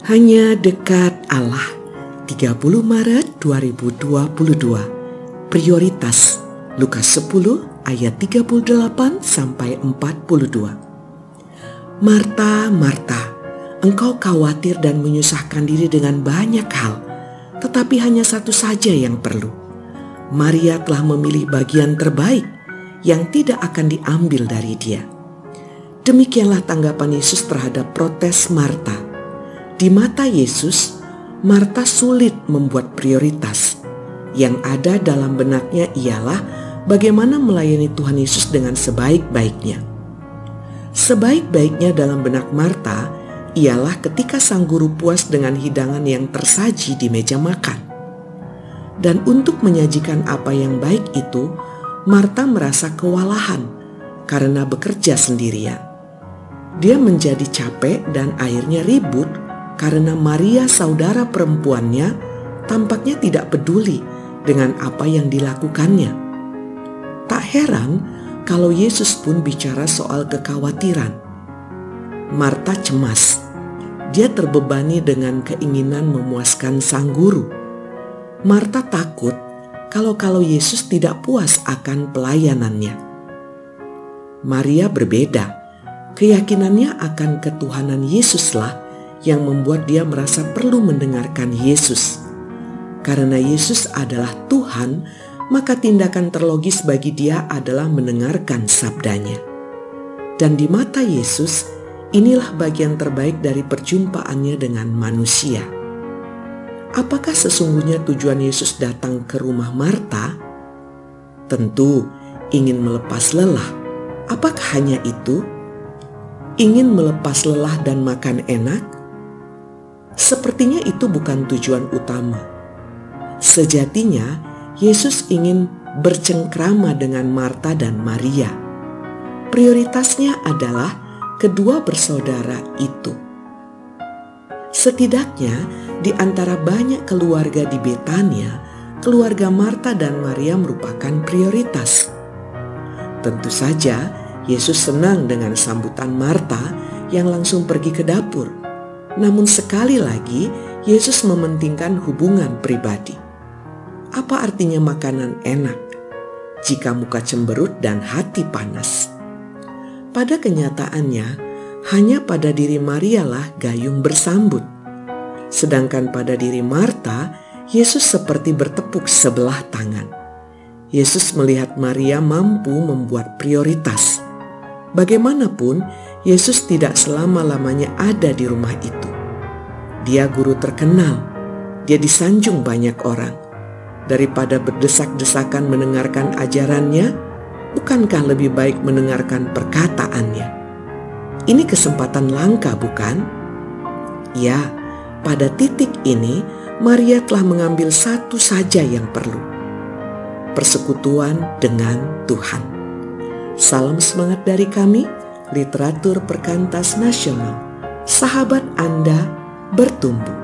Hanya dekat Allah. 30 Maret 2022. Prioritas Lukas 10 ayat 38 sampai 42. Marta, Marta, engkau khawatir dan menyusahkan diri dengan banyak hal, tetapi hanya satu saja yang perlu. Maria telah memilih bagian terbaik yang tidak akan diambil dari dia. Demikianlah tanggapan Yesus terhadap protes Marta. Di mata Yesus, Marta sulit membuat prioritas. Yang ada dalam benaknya ialah bagaimana melayani Tuhan Yesus dengan sebaik-baiknya. Sebaik-baiknya dalam benak Marta ialah ketika sang guru puas dengan hidangan yang tersaji di meja makan. Dan untuk menyajikan apa yang baik itu, Marta merasa kewalahan karena bekerja sendirian. Dia menjadi capek dan akhirnya ribut karena Maria, saudara perempuannya, tampaknya tidak peduli dengan apa yang dilakukannya. Tak heran kalau Yesus pun bicara soal kekhawatiran. Marta cemas. Dia terbebani dengan keinginan memuaskan sang guru. Marta takut kalau Yesus tidak puas akan pelayanannya. Maria berbeda. Keyakinannya akan ketuhanan Yesuslah yang membuat dia merasa perlu mendengarkan Yesus. Karena Yesus adalah Tuhan, maka tindakan terlogis bagi dia adalah mendengarkan sabdanya. Dan di mata Yesus, inilah bagian terbaik dari perjumpaannya dengan manusia. Apakah sesungguhnya tujuan Yesus datang ke rumah Marta? Tentu ingin melepas lelah. Apakah hanya itu? Ingin melepas lelah dan makan enak? Sepertinya itu bukan tujuan utama. Sejatinya, Yesus ingin bercengkrama dengan Marta dan Maria. Prioritasnya adalah kedua bersaudara itu. Setidaknya di antara banyak keluarga di Betania, keluarga Marta dan Maria merupakan prioritas. Tentu saja, Yesus senang dengan sambutan Marta yang langsung pergi ke dapur. Namun sekali lagi, Yesus mementingkan hubungan pribadi. Apa artinya makanan enak jika muka cemberut dan hati panas? Pada kenyataannya, hanya pada diri Maria lah gayung bersambut. Sedangkan pada diri Marta, Yesus seperti bertepuk sebelah tangan. Yesus melihat Maria mampu membuat prioritas. Bagaimanapun, Yesus tidak selama-lamanya ada di rumah itu. Dia guru terkenal, dia disanjung banyak orang. Daripada berdesak-desakan mendengarkan ajarannya, bukankah lebih baik mendengarkan perkataannya? Ini kesempatan langka, bukan? Ya, pada titik ini Maria telah mengambil satu saja yang perlu: persekutuan dengan Tuhan. Salam semangat dari kami, Literatur Perkantas Nasional. Sahabat Anda bertumbuh.